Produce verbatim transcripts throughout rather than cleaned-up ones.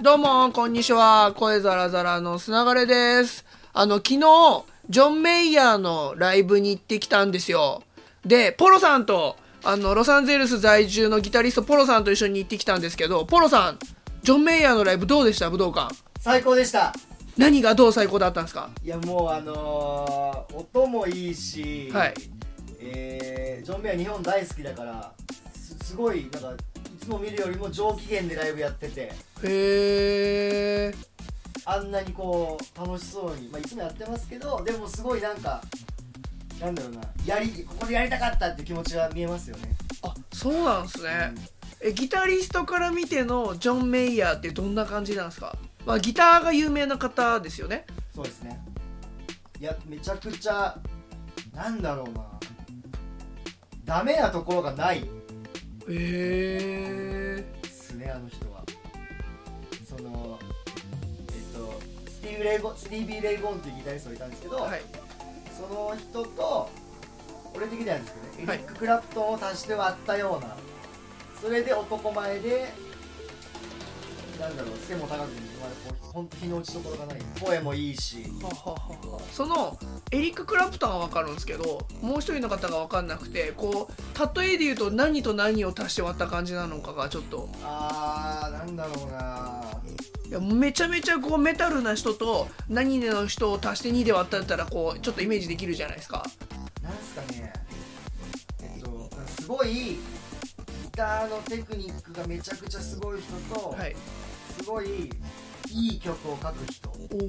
どうもこんにちは、声ザラザラのすながれです。あの昨日ジョン・メイヤーのライブに行ってきたんですよ。でポロさんとあのロサンゼルス在住のギタリストポロさんと一緒に行ってきたんですけど、ポロさんジョン・メイヤーのライブどうでした？武道館最高でした。 何がどう最高だったんですか？ いやもうあのー、音もいいし、 はい、 えー、ジョン・メイヤー日本大好きだから す, すごいなんかいつも見るよりも上機嫌でライブやってて、 へえ。 あんなにこう楽しそうに、まあ、いつもやってますけど、でもすごいなんかなんだろうな、やりここでやりたかったっていう気持ちは見えますよね。 あ、そうなんですね、うん、えギタリストから見てのジョン・メイヤーってどんな感じなんですか？まあ、ギターが有名な方ですよね。 そうですね。いやめちゃくちゃなんだろうな、ダメなところがない。へえーですね、あの人は。そのえっとスティーブ・レイボンスティービー・レイボンっていうギタリストがいたんですけど、はい、その人と俺的にはですけどね、エリック・クラプトンを足して割ったような、はい、それで男前でなんだろう、背も高くに、ほんと日の落ちどころがない、声もいいし、はははは。 そのエリック・クラプトンは分かるんですけど、もう一人の方が分かんなくて、こう例えで言うと何と何を足して割った感じなのかがちょっと。 あー、なんだろうな、 いやめちゃめちゃこうメタルな人と何々の人を足してにで割ったらこうちょっとイメージできるじゃないですか。 なんすかね、えっとすごいギターのテクニックがめちゃくちゃすごい人と、はい、すごいいい曲を書く人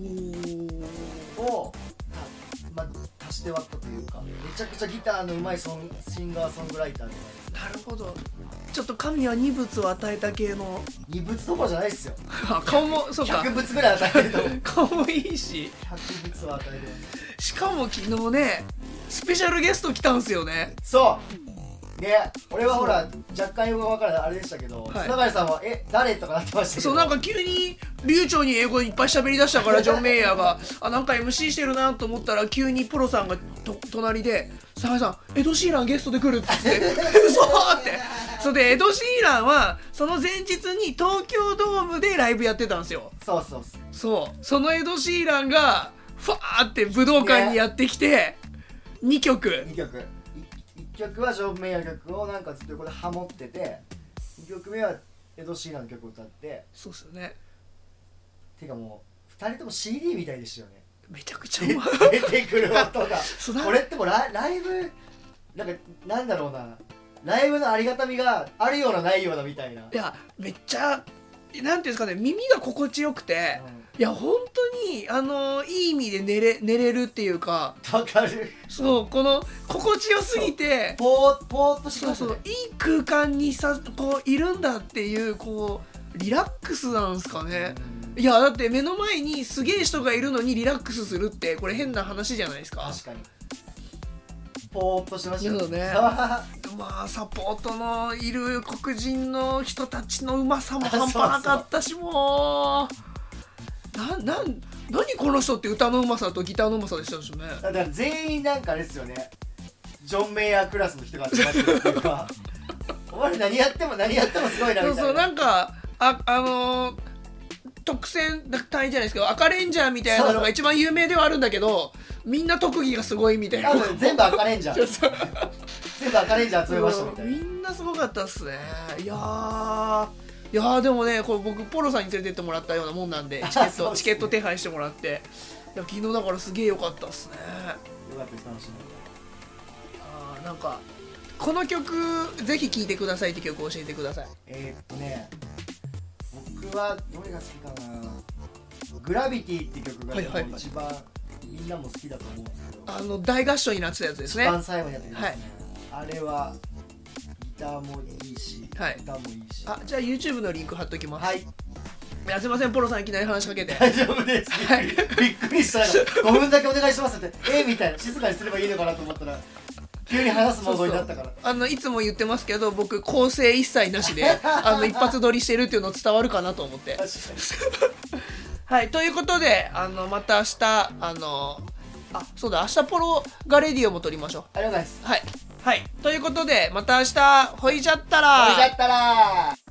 を、まあ、足して割ったというか、めちゃくちゃギターの上手いソンシンガーソングライターじゃないですか。 なるほど。ちょっと神は二物を与えた系の。 二物どころじゃないですよ。 顔もそうか、 ひゃくぶつぐらい与えてると顔もいいし、 ひゃくぶつを与えてます。 しかも昨日ねスペシャルゲスト来たんすよね。 そうね、俺はほら若干英語が分からないあれでしたけど、はい、砂谷さんはえ誰とかなってましたけど、 そうなんか急に流暢に英語いっぱい喋りだしたからジョン・メイヤーがあなんか エムシー してるなと思ったら、急にプロさんがと隣で「砂谷さんエド・シーランゲストで来る」って言って「嘘!」ってそれでエド・シーランはその前日に東京ドームでライブやってたんですよ。 そうそうそうそのエド・シーランがファーって武道館にやってきてにきょくにきょくいっきょくはジョン・メイヤーの曲をなんかずっと横でハモってて、にきょくめはエド・シーランの曲を歌って、 そうっすよね。 てかもうふたりとも シーディー みたいでしたよね。 めちゃくちゃうまい出てくる音がこれってもう ラ, ライブなんかなんだろうな、ライブのありがたみがあるようなないようなみたいな。いやめっちゃなんていうんですかね、耳が心地よくて、うん、いや本当にあのいい意味で寝れ寝れるっていうか。 わかる。 そうこの心地よすぎてポーポーっとしますね。 そうそういい空間にさこういるんだっていうこうリラックスなんですかね。いやだって目の前にすげえ人がいるのにリラックスするってこれ変な話じゃないですか。 確かにポーっとしましたね。ねまあサポートのいる黒人の人たちのうまさも半端なかったし、もうななん何この人って歌のうまさとギターのうまさでしたしね。 だから全員なんかあれですよね、ジョン・メイヤークラスの人が集まってるっていうかお前何やっても何やってもすごいなみたいな。 そうそうなんかああのー特選隊じゃないですけど赤レンジャーみたいなのが一番有名ではあるんだけど、みんな特技がすごいみたいな。 全部赤レンジャー全部赤レンジャー集めましたみたいな。 みんなすごかったっすね。いやーいやーでもねこれ僕ポロさんに連れてってもらったようなもんなんでチケット、ね、チケット手配してもらって、いや昨日だからすげえ良かったっすね。 よかったです、楽しみ。 いやーなんかこの曲ぜひ聴いてくださいって曲を教えてください。 えー、っとね僕はどれが好きかな、グラビティって曲が一番みんなも好きだと思うんですけど、 あの大合唱になってたやつですね。 一番最後にやってるやつですね、はい、あれはギターもいいし、はい、歌もいいし。あ、じゃあ YouTube のリンク貼っときます。はい。いやすいませんポロさんいきなり話しかけて。 大丈夫です、はい、びっくりしたごふんだけお願いしますってえー、みたいな、静かにすればいいのかなと思ったら急に話すモードになったから。そうそう、あのいつも言ってますけど僕構成一切なしであの一発撮りしてるっていうの伝わるかなと思ってはいということであのまた明日あのあそうだ明日ポロがレディオも撮りましょう。 ありがとうございます。 はい、はい、ということでまた明日ほいじゃったらほいじゃったら